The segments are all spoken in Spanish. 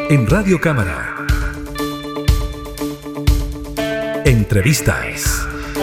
En Radio Cámara. Entrevistas.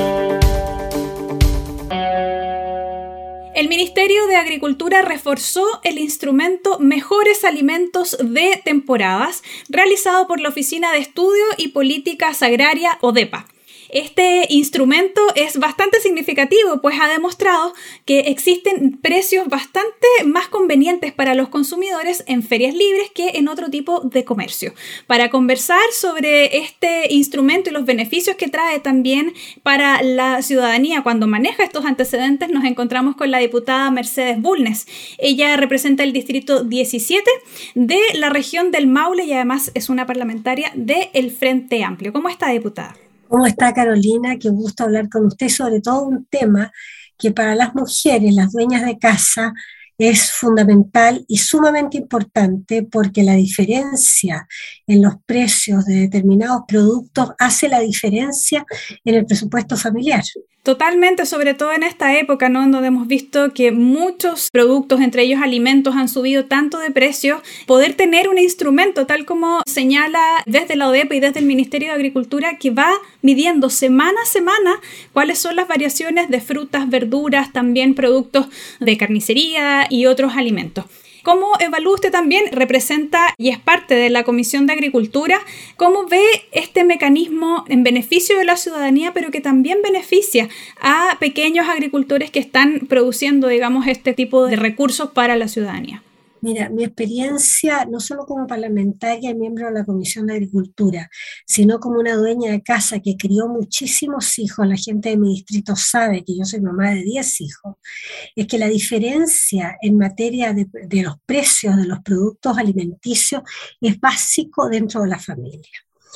El Ministerio de Agricultura reforzó el instrumento Mejores Alimentos de Temporadas, realizado por la Oficina de Estudio y Políticas Agrarias, ODEPA. Este instrumento es bastante significativo, pues ha demostrado que existen precios bastante más convenientes para los consumidores en ferias libres que en otro tipo de comercio. Para conversar sobre este instrumento y los beneficios que trae también para la ciudadanía cuando maneja estos antecedentes, nos encontramos con la diputada Mercedes Bulnes. Ella representa el distrito 17 de la región del Maule y además es una parlamentaria del Frente Amplio. ¿Cómo está, diputada? ¿Cómo está, Carolina? Qué gusto hablar con usted sobre todo un tema que para las mujeres, las dueñas de casa, es fundamental y sumamente importante porque la diferencia en los precios de determinados productos hace la diferencia en el presupuesto familiar. Totalmente, sobre todo en esta época, ¿no? En donde hemos visto que muchos productos, entre ellos alimentos, han subido tanto de precio. Poder tener un instrumento, tal como señala desde la ODEPA y desde el Ministerio de Agricultura, que va midiendo semana a semana cuáles son las variaciones de frutas, verduras, también productos de carnicería y otros alimentos. ¿Cómo evalúa usted también? Representa y es parte de la Comisión de Agricultura. ¿Cómo ve este mecanismo en beneficio de la ciudadanía, pero que también beneficia a pequeños agricultores que están produciendo, digamos, este tipo de recursos para la ciudadanía? Mira, mi experiencia, no solo como parlamentaria y miembro de la Comisión de Agricultura, sino como una dueña de casa que crió muchísimos hijos, la gente de mi distrito sabe que yo soy mamá de 10 hijos, es que la diferencia en materia de los precios de los productos alimenticios es básico dentro de la familia.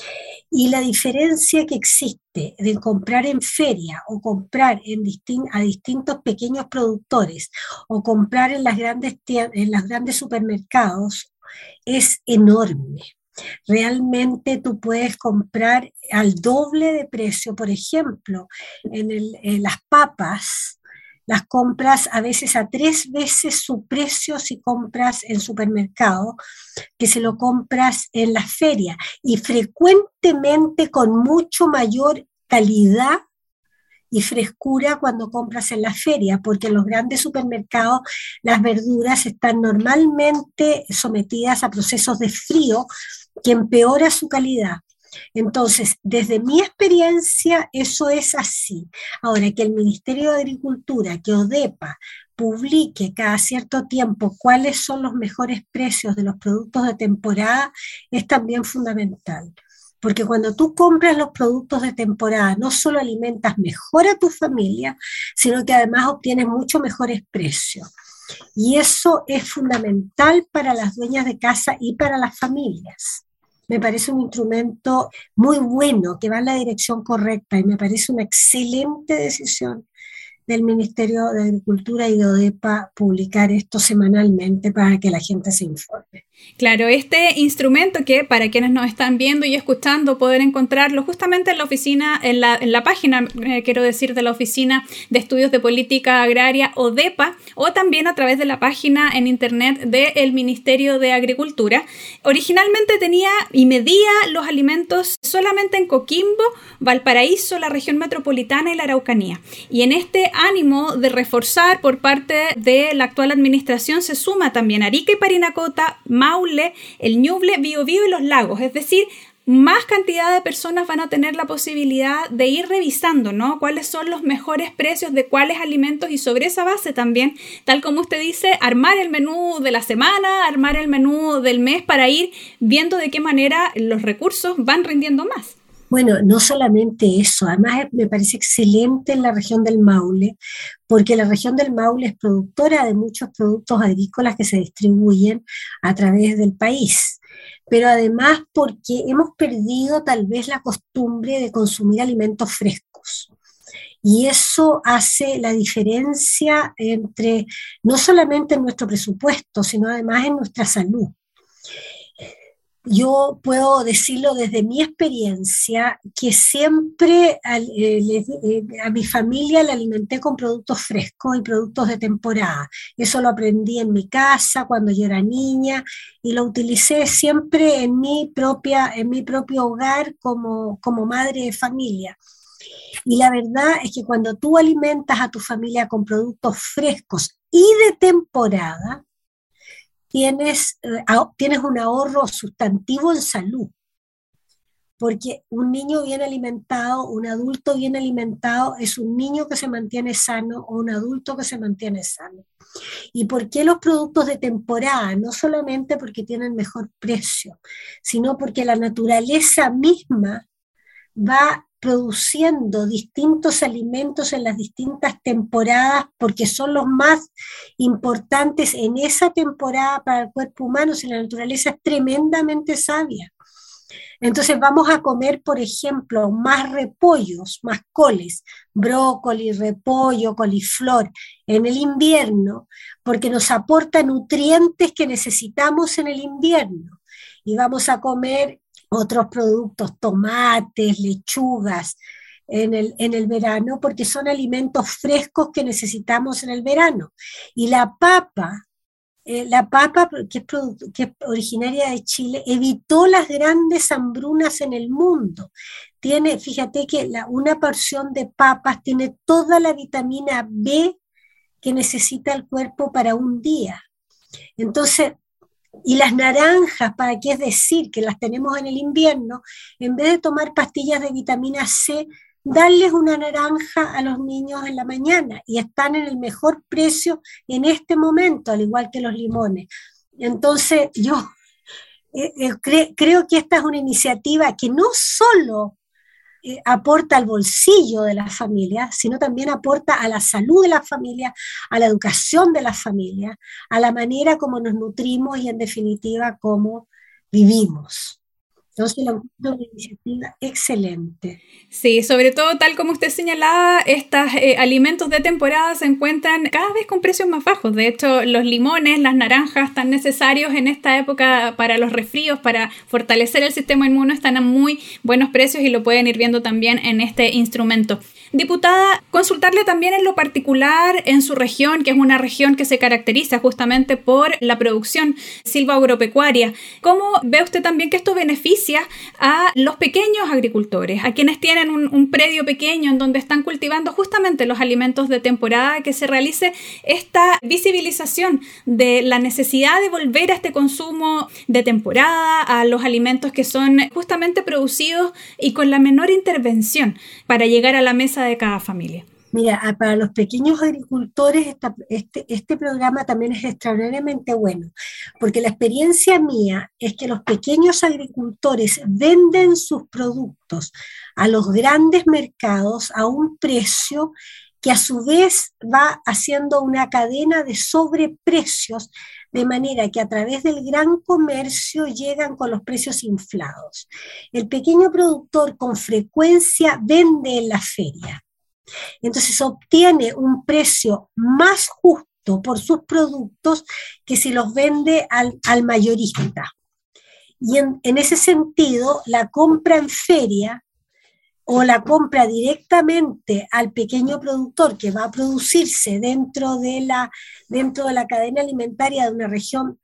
Y la diferencia que existe de comprar en feria o comprar a distintos pequeños productores o comprar en los grandes supermercados es enorme. Realmente tú puedes comprar al doble de precio, por ejemplo, en las papas. Las compras a veces a 3 veces su precio si compras en supermercado que si lo compras en la feria y frecuentemente con mucho mayor calidad y frescura cuando compras en la feria, porque en los grandes supermercados las verduras están normalmente sometidas a procesos de frío que empeora su calidad. Entonces, desde mi experiencia, eso es así. Ahora, que el Ministerio de Agricultura, que ODEPA, publique cada cierto tiempo cuáles son los mejores precios de los productos de temporada, es también fundamental. Porque cuando tú compras los productos de temporada, no solo alimentas mejor a tu familia, sino que además obtienes mucho mejores precios. Y eso es fundamental para las dueñas de casa y para las familias. Me parece un instrumento muy bueno, que va en la dirección correcta y me parece una excelente decisión del Ministerio de Agricultura y de ODEPA publicar esto semanalmente para que la gente se informe. Claro, este instrumento que para quienes nos están viendo y escuchando poder encontrarlo justamente en la oficina, en la página, quiero decir, de la Oficina de Estudios de Política Agraria ODEPA o también a través de la página en internet del Ministerio de Agricultura. Originalmente tenía y medía los alimentos solamente en Coquimbo, Valparaíso, la región metropolitana y la Araucanía. Y en este ánimo de reforzar por parte de la actual administración se suma también Arica y Parinacota, Maule, el Ñuble, Biobío y los Lagos, es decir, más cantidad de personas van a tener la posibilidad de ir revisando, ¿no? Cuáles son los mejores precios de cuáles alimentos y sobre esa base también, tal como usted dice, armar el menú de la semana, armar el menú del mes para ir viendo de qué manera los recursos van rindiendo más. Bueno, no solamente eso, además me parece excelente en la región del Maule, porque la región del Maule es productora de muchos productos agrícolas que se distribuyen a través del país, pero además porque hemos perdido tal vez la costumbre de consumir alimentos frescos. Y eso hace la diferencia entre, no solamente en nuestro presupuesto, sino además en nuestra salud. Yo puedo decirlo desde mi experiencia, que siempre a mi familia la alimenté con productos frescos y productos de temporada. Eso lo aprendí en mi casa cuando yo era niña y lo utilicé siempre en mi propio hogar como madre de familia. Y la verdad es que cuando tú alimentas a tu familia con productos frescos y de temporada, tienes un ahorro sustantivo en salud, porque un niño bien alimentado, un adulto bien alimentado, es un niño que se mantiene sano o un adulto que se mantiene sano. ¿Y por qué los productos de temporada? No solamente porque tienen mejor precio, sino porque la naturaleza misma va produciendo distintos alimentos en las distintas temporadas porque son los más importantes en esa temporada para el cuerpo humano. Si la naturaleza es tremendamente sabia. Entonces vamos a comer, por ejemplo, más repollos, más coles, brócoli, repollo, coliflor en el invierno, porque nos aporta nutrientes que necesitamos en el invierno. Y vamos a comer otros productos, tomates, lechugas, en el verano, porque son alimentos frescos que necesitamos en el verano. Y la papa, que es originaria de Chile, evitó las grandes hambrunas en el mundo. Fíjate que una porción de papas tiene toda la vitamina B que necesita el cuerpo para un día. Entonces, y las naranjas, ¿para qué es decir? Que las tenemos en el invierno, en vez de tomar pastillas de vitamina C, darles una naranja a los niños en la mañana y están en el mejor precio en este momento, al igual que los limones. Entonces, yo creo que esta es una iniciativa que no solo aporta al bolsillo de las familias, sino también aporta a la salud de las familias, a la educación de las familias, a la manera como nos nutrimos y en definitiva cómo vivimos. Entonces, lo encuentro una iniciativa excelente. Sí, sobre todo, tal como usted señalaba, estos alimentos de temporada se encuentran cada vez con precios más bajos. De hecho, los limones, las naranjas tan necesarios en esta época para los resfríos, para fortalecer el sistema inmune, están a muy buenos precios y lo pueden ir viendo también en este instrumento. Diputada, consultarle también en lo particular en su región, que es una región que se caracteriza justamente por la producción silvoagropecuaria. ¿Cómo ve usted también que esto beneficia a los pequeños agricultores, a quienes tienen un predio pequeño en donde están cultivando justamente los alimentos de temporada, que se realice esta visibilización de la necesidad de volver a este consumo de temporada, a los alimentos que son justamente producidos y con la menor intervención para llegar a la mesa de cada familia? Mira, para los pequeños agricultores este programa también es extraordinariamente bueno, porque la experiencia mía es que los pequeños agricultores venden sus productos a los grandes mercados a un precio que a su vez va haciendo una cadena de sobreprecios, de manera que a través del gran comercio llegan con los precios inflados. El pequeño productor con frecuencia vende en la feria. Entonces obtiene un precio más justo por sus productos que si los vende al mayorista. Y en ese sentido, la compra en feria o la compra directamente al pequeño productor que va a producirse dentro de la cadena alimentaria de una región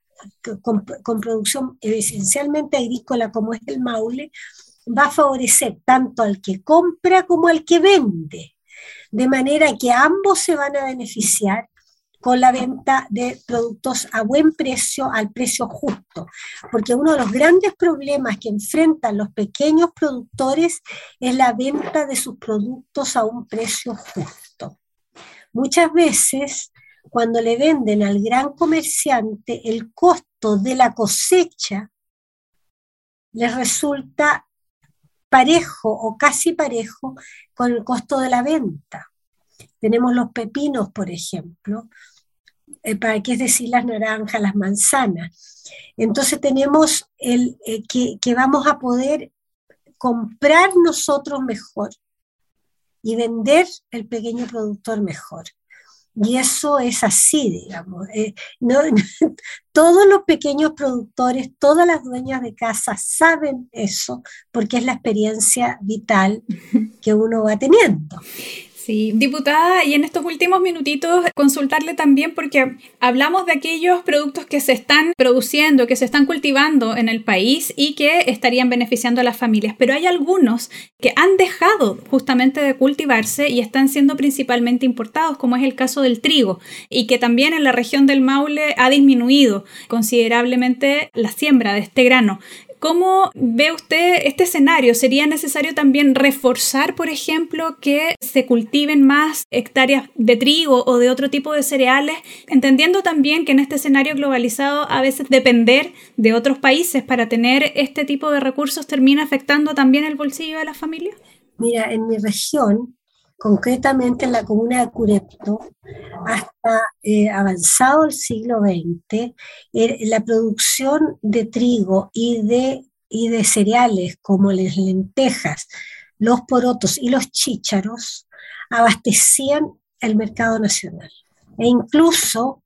con producción esencialmente agrícola como es el Maule, va a favorecer tanto al que compra como al que vende. De manera que ambos se van a beneficiar con la venta de productos a buen precio, al precio justo. Porque uno de los grandes problemas que enfrentan los pequeños productores es la venta de sus productos a un precio justo. Muchas veces, cuando le venden al gran comerciante, el costo de la cosecha les resulta parejo o casi parejo con el costo de la venta. Tenemos los pepinos, por ejemplo, para qué es decir las naranjas, las manzanas. Entonces tenemos que vamos a poder comprar nosotros mejor y vender el pequeño productor mejor. Y eso es así, digamos. No, todos los pequeños productores, todas las dueñas de casa saben eso porque es la experiencia vital que uno va teniendo. Sí, diputada, y en estos últimos minutitos consultarle también porque hablamos de aquellos productos que se están produciendo, que se están cultivando en el país y que estarían beneficiando a las familias, pero hay algunos que han dejado justamente de cultivarse y están siendo principalmente importados, como es el caso del trigo, y que también en la región del Maule ha disminuido considerablemente la siembra de este grano. ¿Cómo ve usted este escenario? ¿Sería necesario también reforzar, por ejemplo, que se cultiven más hectáreas de trigo o de otro tipo de cereales? Entendiendo también que en este escenario globalizado a veces depender de otros países para tener este tipo de recursos termina afectando también el bolsillo de las familias. Mira, en mi región, concretamente en la comuna de Curepto, hasta avanzado el siglo XX, la producción de trigo y de cereales como las lentejas, los porotos y los chícharos abastecían el mercado nacional. E incluso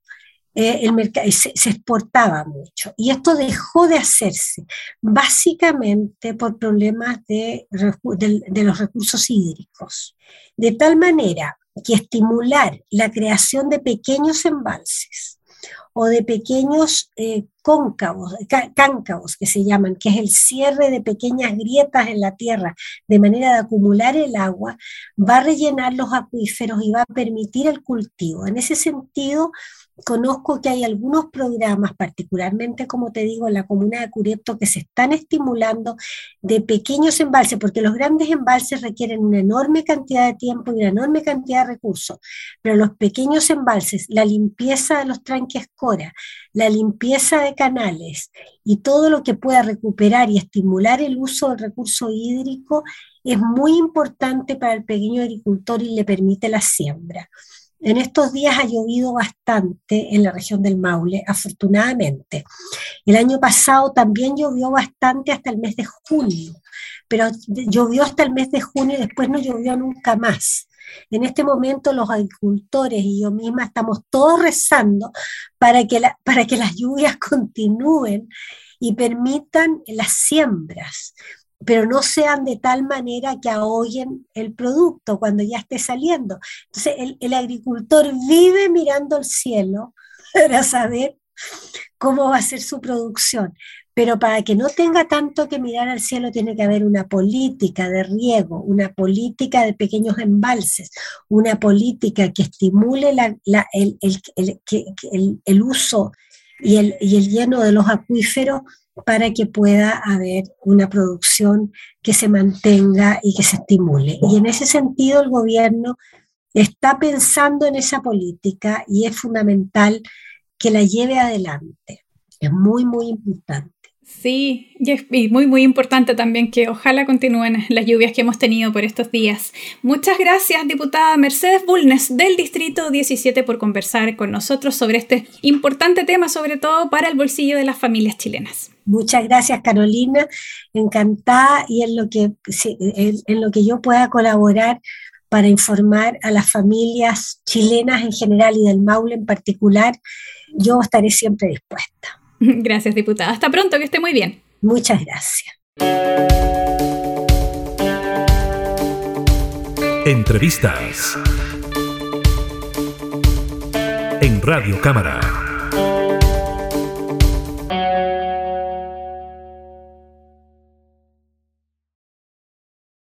se exportaba mucho. Y esto dejó de hacerse, básicamente por problemas de los recursos hídricos. De tal manera que estimular la creación de pequeños embalses o de pequeños cáncavos que se llaman, que es el cierre de pequeñas grietas en la tierra de manera de acumular el agua, va a rellenar los acuíferos y va a permitir el cultivo. En ese sentido, conozco que hay algunos programas, particularmente, como te digo, en la comuna de Curepto, que se están estimulando de pequeños embalses, porque los grandes embalses requieren una enorme cantidad de tiempo y una enorme cantidad de recursos, pero los pequeños embalses, la limpieza de los tranques Cora, la limpieza de canales y todo lo que pueda recuperar y estimular el uso del recurso hídrico es muy importante para el pequeño agricultor y le permite la siembra. En estos días ha llovido bastante en la región del Maule, afortunadamente. El año pasado también llovió bastante hasta el mes de junio, pero llovió hasta el mes de junio y después no llovió nunca más. En este momento los agricultores y yo misma estamos todos rezando para que las lluvias continúen y permitan las siembras, pero no sean de tal manera que ahoguen el producto cuando ya esté saliendo. Entonces el agricultor vive mirando el cielo para saber cómo va a ser su producción, pero para que no tenga tanto que mirar al cielo tiene que haber una política de riego, una política de pequeños embalses, una política que estimule el uso y el lleno de los acuíferos para que pueda haber una producción que se mantenga y que se estimule. Y en ese sentido el gobierno está pensando en esa política y es fundamental que la lleve adelante. Es muy, muy importante. Sí, y muy, muy importante también que ojalá continúen las lluvias que hemos tenido por estos días. Muchas gracias, diputada Mercedes Bulnes del Distrito 17 por conversar con nosotros sobre este importante tema, sobre todo para el bolsillo de las familias chilenas. Muchas gracias, Carolina, encantada y en lo que yo pueda colaborar para informar a las familias chilenas en general y del Maule en particular, yo estaré siempre dispuesta. Gracias, diputada. Hasta pronto, que esté muy bien. Muchas gracias. Entrevistas en Radio Cámara.